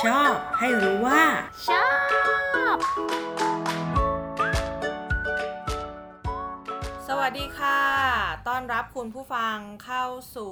ชอบให้รู้ว่าชอบสวัสดีค่ะต้อนรับคุณผู้ฟังเข้าสู่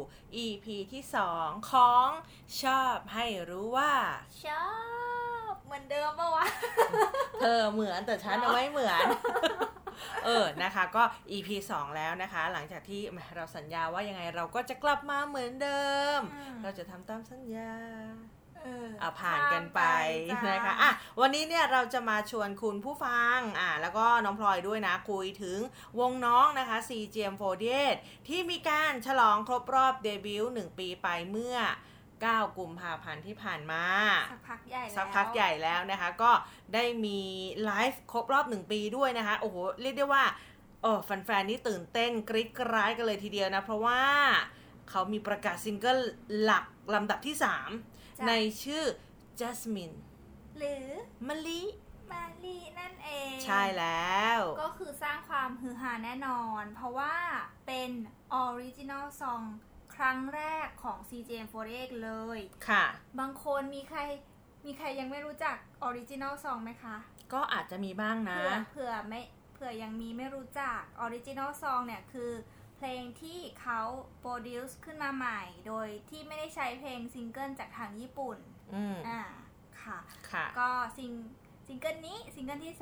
EP ที่2ของชอบให้รู้ว่าชอบเหมือนเดิมปะวะเธอเหมือนแต่ฉันไม่เหมือน นะคะก็ EP 2แล้วนะคะหลังจากที่เราสัญญาว่ายังไงเราก็จะกลับมาเหมือนเดิมเราจะทำตามสัญญาผ่านกันไปนะคะวันนี้เนี่ยเราจะมาชวนคุณผู้ฟังแล้วก็น้องพลอยด้วยนะคุยถึงวงน้องนะคะ CGM48 ที่มีการฉลองครบรอบเดบิวต์1ปีไปเมื่อ9 กุมภาพันธ์ที่ผ่านมาสักพักใหญ่แล้วนะคะก็ได้มีไลฟ์ครบรอบ1ปีด้วยนะคะโอ้โหเรียกได้ว่าแฟนๆนี่ตื่นเต้นกรี๊ดกร้ายกันเลยทีเดียวนะเพราะว่าเขามีประกาศซิงเกิลหลักลำดับที่3ในชื่อ Jasmine หรือมะลินั่นเองใช่แล้วก็คือสร้างความฮือฮาแน่นอนเพราะว่าเป็น Original Song ครั้งแรกของ CGM48 เลยค่ะบางคนมีใครยังไม่รู้จัก Original Song ไหมคะก็อาจจะมีบ้างนะเผื่อยังมีไม่รู้จัก Original Song เนี่ยคือเพลงที่เขาโปรดิวซ์ขึ้นมาใหม่โดยที่ไม่ได้ใช้เพลงซิงเกิลจากทางญี่ปุ่นค่ะก็ซิงเกิลนี้ซิงเกิลที่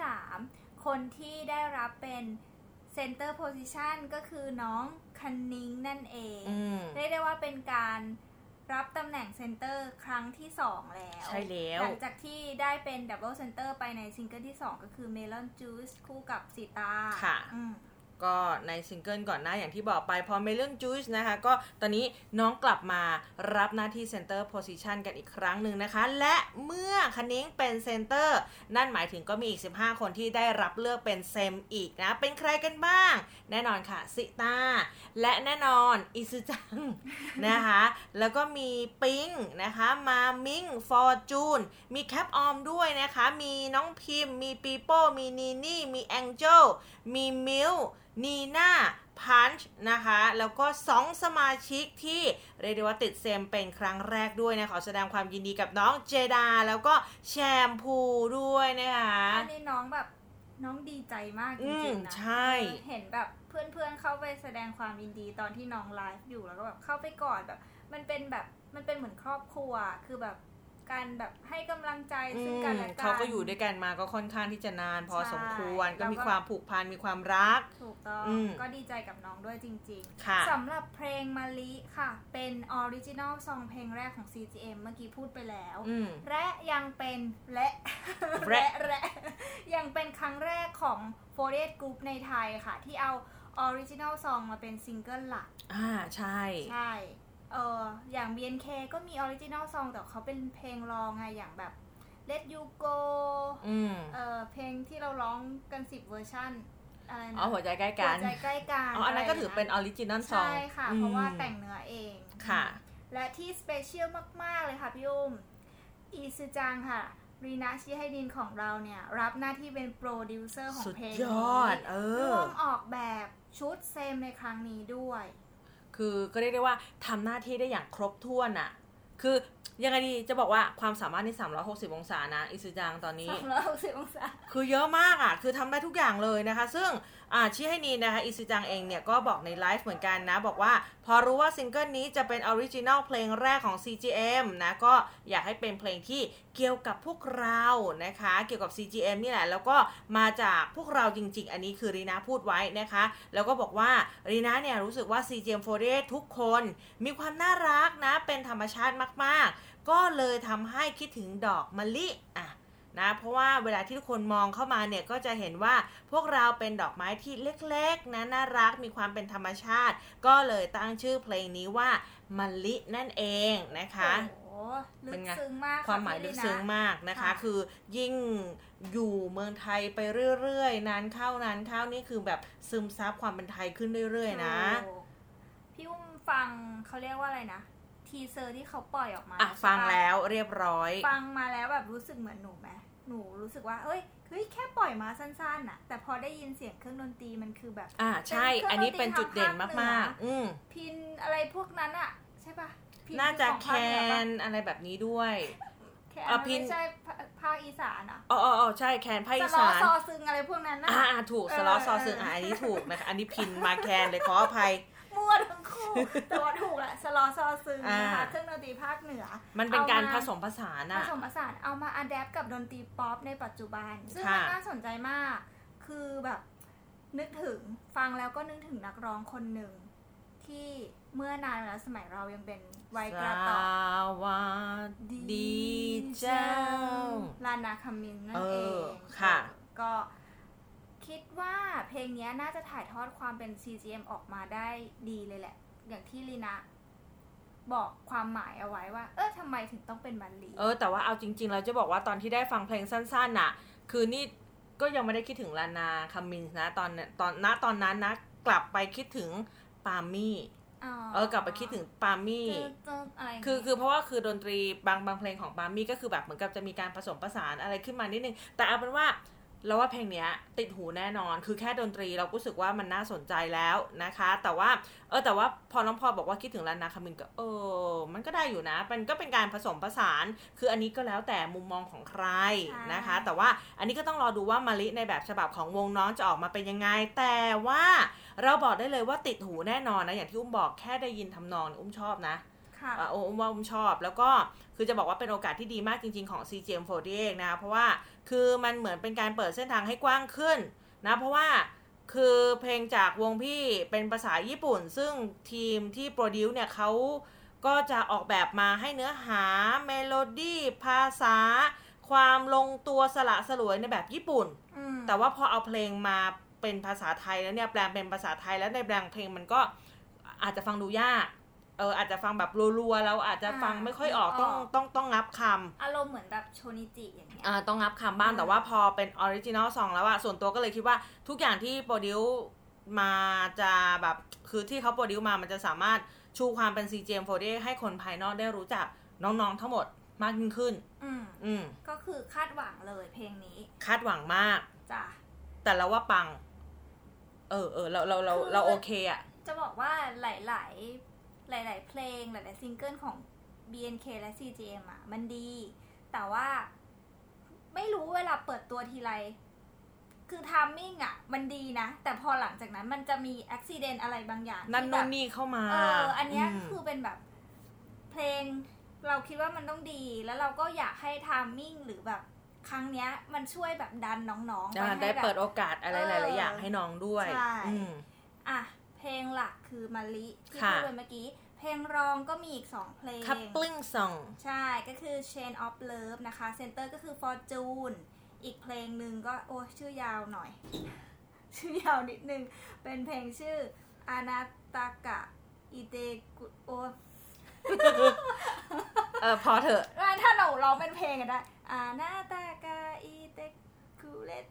3คนที่ได้รับเป็นเซนเตอร์โพซิชันก็คือน้องคันนิ้งนั่นเองเรียกได้ว่าเป็นการรับตำแหน่งเซนเตอร์ครั้งที่2แล้วใช่แล้วหลังจากที่ได้เป็นดับเบิลเซนเตอร์ไปในซิงเกิลที่2ก็คือ Melon Juice คู่กับสีตาค่ะก็ในซิงเกิลก่อนหน้าอย่างที่บอกไปพอ Melon Juice นะคะก็ตอนนี้น้องกลับมารับหน้าที่ Center Position กันอีกครั้งหนึ่งนะคะและเมื่อคันนิ้งเป็น Center นั่นหมายถึงก็มีอีก15คนที่ได้รับเลือกเป็นเซมอีกนะเป็นใครกันบ้างแน่นอนค่ะสิตาและแน่นอนอิซึจัง นะคะแล้วก็มีปิงนะคะมามิงฟอร์จูนมีแคปออมด้วยนะคะมีน้องพิมมีปีโป้มีนีนี่มีแองเจิลมีมิลนีน่าพันช์นะคะแล้วก็2สมาชิกที่เรียกได้ว่าติดเซมเป็นครั้งแรกด้วยนะขอแสดงความยินดีกับน้องเจดาแล้วก็แชมพูด้วยนะคะอันนี้น้องดีใจมากจริงๆนะใช่เห็นแบบเพื่อนๆเข้าไปแสดงความยินดีตอนที่น้องไลฟ์อยู่แล้วก็แบบเข้าไปกอดแบบมันเป็นเหมือนครอบครัวคือแบบการแบบให้กำลังใจซึ่งกันและกันเขาก็อยู่ด้วยกันมาก็ค่อนข้างที่จะนานพอสมควรก็มีความผูกพันมีความรักถูกต้องก็ดีใจกับน้องด้วยจริงๆสำหรับเพลงมะลิค่ะเป็นออริจินอลซองเพลงแรกของ CGM เมื่อกี้พูดไปแล้วและยังเป็นยังเป็นครั้งแรกของ48 Group ในไทยค่ะที่เอาออริจินอลซองมาเป็นซิงเกิลหลักใช่อย่าง BNK ก็มีออริจินอลซองแต่เขาเป็นเพลงรองไงอย่างแบบ Let You Go เพลงที่เราร้องกัน10เวอร์ชันอะไรนะหัวใจใกล้กันอันนั้นก็ถือเป็นออริจินอลซองใช่ค่ะเพราะว่าแต่งเนื้อเองค่ะและที่สเปเชียลมากๆเลยค่ะพี่อุ้มอีซึจังค่ะรีนาชิไฮดินของเราเนี่ยรับหน้าที่เป็นโปรดิวเซอร์ของเพลงนี้ร่วมออกแบบชุดเซมในครั้งนี้ด้วยคือก็เรียกได้ว่าทำหน้าที่ได้อย่างครบถ้วนอ่ะคือยังไงดีจะบอกว่าความสามารถนี่360องศานะอิซึจังตอนนี้ 360องศาคือเยอะมากอ่ะคือทำได้ทุกอย่างเลยนะคะซึ่งชิให้นีนะคะอิซึจังเองเนี่ยก็บอกในไลฟ์เหมือนกันนะบอกว่าพอรู้ว่าซิงเกิลนี้จะเป็นออริจินัลเพลงแรกของ CGM นะก็อยากให้เป็นเพลงที่เกี่ยวกับพวกเรานะคะเกี่ยวกับ CGM นี่แหละแล้วก็มาจากพวกเราจริงๆอันนี้คือรีนาพูดไว้นะคะแล้วก็บอกว่ารีนาเนี่ยรู้สึกว่า CGM48 ทุกคนมีความน่ารักนะเป็นธรรมชาติมากๆก็เลยทำให้คิดถึงดอกมะลินะเพราะว่าเวลาที่ทุกคนมองเข้ามาเนี่ยก็จะเห็นว่าพวกเราเป็นดอกไม้ที่เล็กๆนะน่ารักมีความเป็นธรรมชาติก็เลยตั้งชื่อเพลงนี้ว่ามะลินั่นเองนะคะลึกซึ้งมากความหมายลึกซึ้งมากนะคะคือยิ่งอยู่เมืองไทยไปเรื่อยๆนานเข้านี่คือแบบซึมซับความเป็นไทยขึ้นเรื่อยๆนะพี่อุ้มฟังเขาเรียกว่าอะไรนะทีเซอร์ที่เขาปล่อยออกมาฟังแล้วเรียบร้อยฟังมาแล้วแบบรู้สึกเหมือนหนูไหมหนูรู้สึกว่าเฮ้ยแค่ปล่อยมาสั้นๆน่ะแต่พอได้ยินเสียงเครื่องดนตรีมันคือแบบใช่อันนี้เป็นจุดเด่นมากๆพินอะไรพวกนั้นอ่ะใช่ปะน่าจะแคนอะไรแบบนี้ด้วยแคแคนไม่ใช่ภาคอีสานอ่ะอ๋อใช่แคนภาคอีสานซอซึงอะไรพวกนั้นนะถูกสล้อซอซึงอันนี้ถูกนะคะอันนี้พินมาแคนเลยขออภัยมั่วทั้งคู่แต่ว่าถูกแหละสล้อซอซึงนะคะเครื่องดนตรีภาคเหนือมันเป็นการผสมผสานผสมผสานเอามาอะแดปกับดนตรีป๊อปในปัจจุบันซึ่งมันน่าสนใจมากคือแบบนึกถึงฟังแล้วก็นึกถึงนักร้องคนหนึ่งที่เมื่อนานแล้วสมัยเรายังเป็นวัยกระต่ายสวัสดีเจ้าลานาคามินนั่นเองค่ะก็คิดว่าเพลงนี้น่าจะถ่ายทอดความเป็น CGM ออกมาได้ดีเลยแหละอย่างที่ลีนะบอกความหมายเอาไว้ว่าทำไมถึงต้องเป็นบัลลีแต่ว่าเอาจริงๆเราจะบอกว่าตอนที่ได้ฟังเพลงสั้นๆน่ะคือนี่ก็ยังไม่ได้คิดถึงลานาคามินนะตอนนั้นนะกลับไปคิดถึงปามี่กลับไปคิดถึงปามี่คือเพราะว่าคือดนตรีบางเพลงของปามี่ก็คือแบบเหมือนกับจะมีการผสมผสานอะไรขึ้นมานิดนึงแต่เอาเป็นว่าเราว่าเพลงนี้ติดหูแน่นอนคือแค่ดนตรีเรารู้สึกว่ามันน่าสนใจแล้วนะคะแต่ว่าพอน้องพลอยบอกว่าคิดถึงลานาคามินก็มันก็ได้อยู่นะมันก็เป็นการผสมผสานคืออันนี้ก็แล้วแต่มุมมองของใครนะคะแต่ว่าอันนี้ก็ต้องรอดูว่ามะลิในแบบฉบับของวงน้องจะออกมาเป็นยังไงแต่ว่าเราบอกได้เลยว่าติดหูแน่นอนนะอย่างที่อุ้มบอกแค่ได้ยินทำนองอุ้มชอบนะอุ้มว่าอุ้มชอบแล้วก็คือจะบอกว่าเป็นโอกาสที่ดีมากจริงๆของ CGM48 นะเพราะว่าคือมันเหมือนเป็นการเปิดเส้นทางให้กว้างขึ้นนะเพราะว่าคือเพลงจากวงพี่เป็นภาษาญี่ปุ่นซึ่งทีมที่โปรดิวซ์เนี่ยเขาก็จะออกแบบมาให้เนื้อหาเมโลดี้ภาษาความลงตัวสละสลวยในแบบญี่ปุ่นแต่ว่าพอเอาเพลงมาเป็นภาษาไทยแล้วเนี่ยแปลงเป็นภาษาไทยแล้วในแปลงเพลงมันก็อาจจะฟังดูยากอาจจะฟังแบบรัวๆแล้วอาจจะฟังไม่ค่อยออกต้องงับคำอารมณ์เหมือนแบบโชนิจิอย่างเงี้ยต้องงับคำบ้างแต่ว่าพอเป็นออริจินอลซองแล้วส่วนตัวก็เลยคิดว่าทุกอย่างที่โปรดิวซ์มาจะแบบคือที่เขาโปรดิวซ์มามันจะสามารถชูความเป็น CGM48 ให้คนภายนอกได้รู้จักน้องๆทั้งหมดมากยิ่งขึ้นก็คือคาดหวังเลยเพลงนี้คาดหวังมากจ้ะแต่เราว่าปังเราโอเคอ่ะจะบอกว่าหลายเพลงหลายๆซิงเกิลของ BNK และ CGM อ่ะมันดีแต่ว่าไม่รู้เวลาเปิดตัวทีไรคือไทมิ่งอ่ะมันดีนะแต่พอหลังจากนั้นมันจะมีอุบิเหตุอะไรบางอย่างนั่นโน่นนี่เข้ามาอันนี้คือเป็นแบบเพลงเราคิดว่ามันต้องดีแล้วเราก็อยากให้ไทมิ่งหรือแบบครั้งเนี้ยมันช่วยแบบดันน้องๆได้เปิดโอกาสอะไรหลายๆอย่างให้น้องด้วยใช่เพลงหลักคือมะลิที่พูดไปเมื่อกี้เพลงรองก็มีอีก2เพลง Coupling Song ใช่ก็คือ Chain of Love นะคะเซนเตอร์ก็คือ Fortune อีกเพลงหนึ่งก็ชื่อยาวหน่อยชื่อยาวนิดนึงเป็นเพลงชื่ออานาตากะอิเตกุพอเถอะถ้าหนูร้องเป็นเพลงก็ได้อานาตากะอิเตกุเลต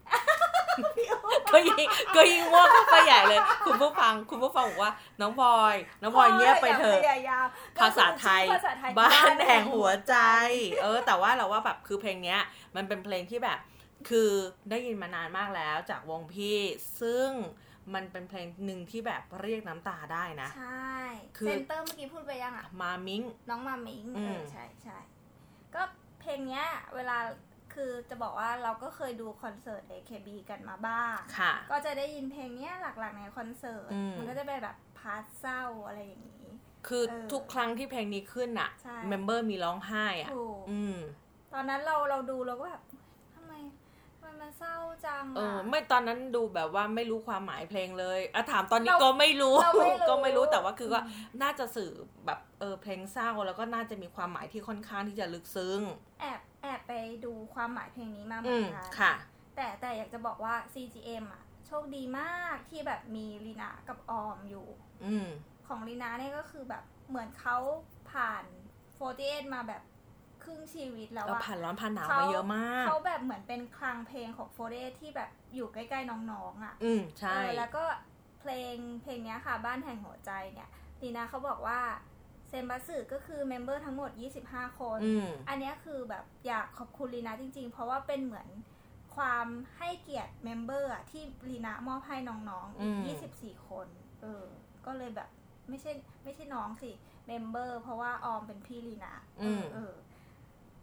ก็ยิ่งว่าเข้าไปใหญ่เลยคุณผู้ฟังบอกว่าน้องพลอยเงียบไปเถอะภาษาไทยบ้านแห่งหัวใจแต่ว่าเราว่าแบบคือเพลงเนี้ยมันเป็นเพลงที่แบบคือได้ยินมานานมากแล้วจากวงพี่ซึ่งมันเป็นเพลงหนึ่งที่แบบเรียกน้ำตาได้นะใช่เซนเตอร์เมื่อกี้พูดไปยังมามิงน้องมามิงใช่ก็เพลงเนี้ยเวลาคือจะบอกว่าเราก็เคยดูคอนเสิร์ต AKB กันมาบ้างก็จะได้ยินเพลงนี้หลักๆในคอนเสิร์ตมันก็จะเป็นแบบพาร์ทเศร้าอะไรอย่างนี้คือทุกครั้งที่เพลงนี้ขึ้นอ่ะเมมเบอร์มีร้องไห้อ่ะตอนนั้นเราดูเราก็แบบทำไมมันเศร้าจังไม่ตอนนั้นดูแบบว่าไม่รู้ความหมายเพลงเลยถามตอนนี้ก็ไม่รู้แต่ว่าคือก็น่าจะสื่อแบบเพลงเศร้าแล้วก็น่าจะมีความหมายที่ค่อนข้างที่จะลึกซึ้งแอบไปดูความหมายเพลงนี้มาเหมือนกันแต่อยากจะบอกว่า CGM อ่ะโชคดีมากที่แบบมีลีนากับออมอยู่ของลีนาเนี่ยก็คือแบบเหมือนเขาผ่าน48มาแบบครึ่งชีวิตแล้วอะผ่านร้อนผ่านหนาวมาเยอะมากเขาแบบเหมือนเป็นคลังเพลงของ48ที่แบบอยู่ใกล้ๆน้องๆอ่ะใช่แล้วก็เพลงนี้ค่ะบ้านแห่งหัวใจเนี่ยลีนาเขาบอกว่าเซมบัสึก็คือเมมเบอร์ทั้งหมด25คนอันนี้คือแบบอยากขอบคุณลีนาจริงๆเพราะว่าเป็นเหมือนความให้เกียรติเมมเบอร์อ่ะที่ลีนามอบให้น้องๆอีก24คนก็เลยแบบไม่ใช่น้องสิเมมเบอร์เพราะว่าออมเป็นพี่ลีนา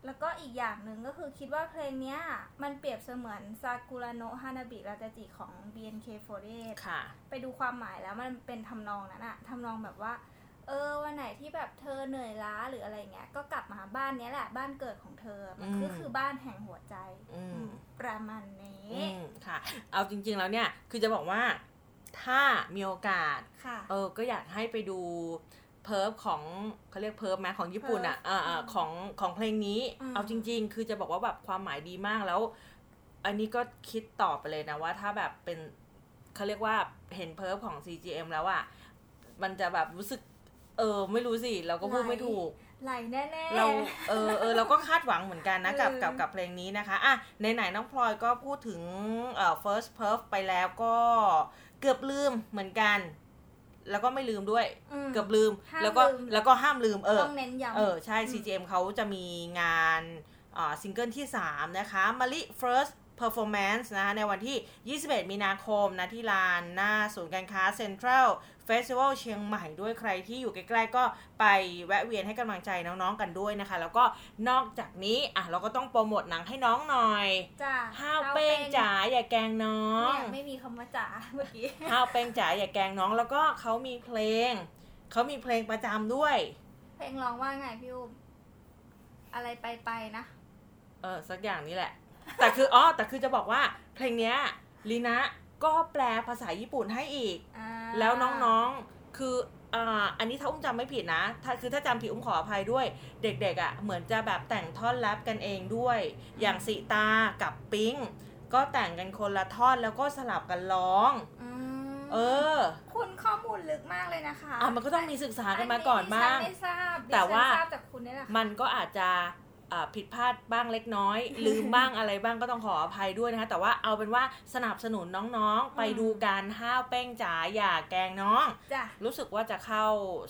แล้วก็อีกอย่างหนึ่งก็คือคิดว่าเพลงเนี้ยมันเปรียบเสมือนซากุระโนะฮานาบิราตาจิของ BNK48 ค่ะไปดูความหมายแล้วมันเป็นทำนองนั้นอะทำนองแบบว่าวันไหนที่แบบเธอเหนื่อยล้าหรืออะไรเงี้ยก็กลับมาบ้านนี้แหละบ้านเกิดของเธอมันคือบ้านแห่งหัวใจประมาณนี้ค่ะเอาจริงๆแล้วเนี่ยคือจะบอกว่าถ้ามีโอกาสก็อยากให้ไปดูเพิร์ฟของเขาเรียกเพิร์ฟไหมของญี่ปุ่นอ่ะของเพลงนี้เอาจริงๆคือจะบอกว่าแบบความหมายดีมากแล้วอันนี้ก็คิดต่อไปเลยนะว่าถ้าแบบเป็นเขาเรียกว่าเห็นเพิร์ฟของ CGM แล้วอ่ะมันจะแบบรู้สึกไม่รู้สิเราก็พูดไม่ถูกไหลแน่ๆเราก็คาดหวังเหมือนกันนะกับเพลงนี้นะคะอ่ะไหนๆน้องพลอยก็พูดถึงfirst perf ไปแล้วก็เกือบลืมเหมือนกันแล้วก็ไม่ลืมด้วยเกือบลืมแล้วก็ห้ามลืมต้องเน้นย้ำใช่ CGM เขาจะมีงานซิงเกิลที่3นะคะมะลิ first performance นะคะในวันที่21มีนาคมนะที่ลานหน้าศูนย์การค้าเซ็นทรัลเฟสติวัลเชียงใหม่ด้วยใครที่อยู่ใกล้ๆก็ไปแวะเวียนให้กำลังใจน้องๆกันด้วยนะคะแล้วก็นอกจากนี้เราก็ต้องโปรโมทหนังให้น้องหน่อยห้าวเป้งจ๋าอย่าแกล้งน้องเนี่ยไม่มีคำว่าจ๋าเมื่อกี้ห้าวเป้งจ๋าอย่าแกล้งน้องแล้วก็เขามีเพลงประจำด้วยเพลงร้องว่าไงพี่อุ้มอะไรไปนะสักอย่างนี้แหละแต่คือจะบอกว่าเพลงเนี้ยลีนะก็แปลภาษาญี่ปุ่นให้อีกแล้วน้องๆคืออันนี้ถ้าอุ้มจำไม่ผิดนะถ้าจำผิดอุ้มขออภัยด้วยเด็กๆเหมือนจะแบบแต่งท่อนแรปกันเองด้วยอย่างสิตากับปิ๊งก็แต่งกันคนละท่อนแล้วก็สลับกันร้องคุณข้อมูลลึกมากเลยนะคะมันก็ต้องมีศึกษากันมาก่อนบ้างแต่ว่าจากคุณนี่แหละมันก็อาจจะผิดพลาดบ้างเล็กน้อยลืมบ้างอะไรบ้างก็ต้องขออภัยด้วยนะคะแต่ว่าเอาเป็นว่าสนับสนุนน้องๆไปดูกันห้าวเป้งจ๋าอย่าแกล้งน้องรู้สึกว่าจะเข้า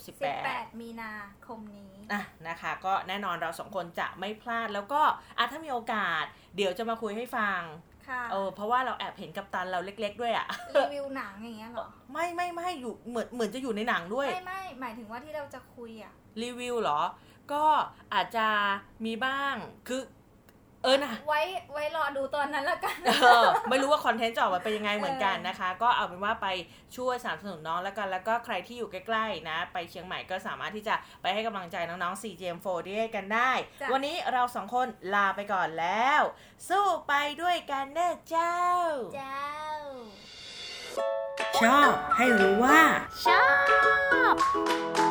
18มีนาคมนี้นะคะก็แน่นอนเรา2คนจะไม่พลาดแล้วก็ถ้ามีโอกาสเดี๋ยวจะมาคุยให้ฟังเพราะว่าเราแอบเห็นกัปตันเราเล็กๆด้วยรีวิวหนังอย่างเงี้ยหรอไม่อยู่เหมือนจะอยู่ในหนังด้วยไม่หมายถึงว่าที่เราจะคุยรีวิวเหรอก็อาจจะมีบ้างคือนะไว้รอดูตอนนั้นละกันไม่รู้ว่าคอนเทนต์จะออกมาเป็นยังไงเหมือนกันนะคะก็เอาเป็นว่าไปช่วยสนับสนุนน้องแล้วกันแล้วก็ใครที่อยู่ใกล้ๆนะไปเชียงใหม่ก็สามารถที่จะไปให้กำลังใจน้องๆ CGM48 กันได้วันนี้เรา2คนลาไปก่อนแล้วสู้ไปด้วยกันเด้อเจ้าชอบให้รู้ว่าชอบ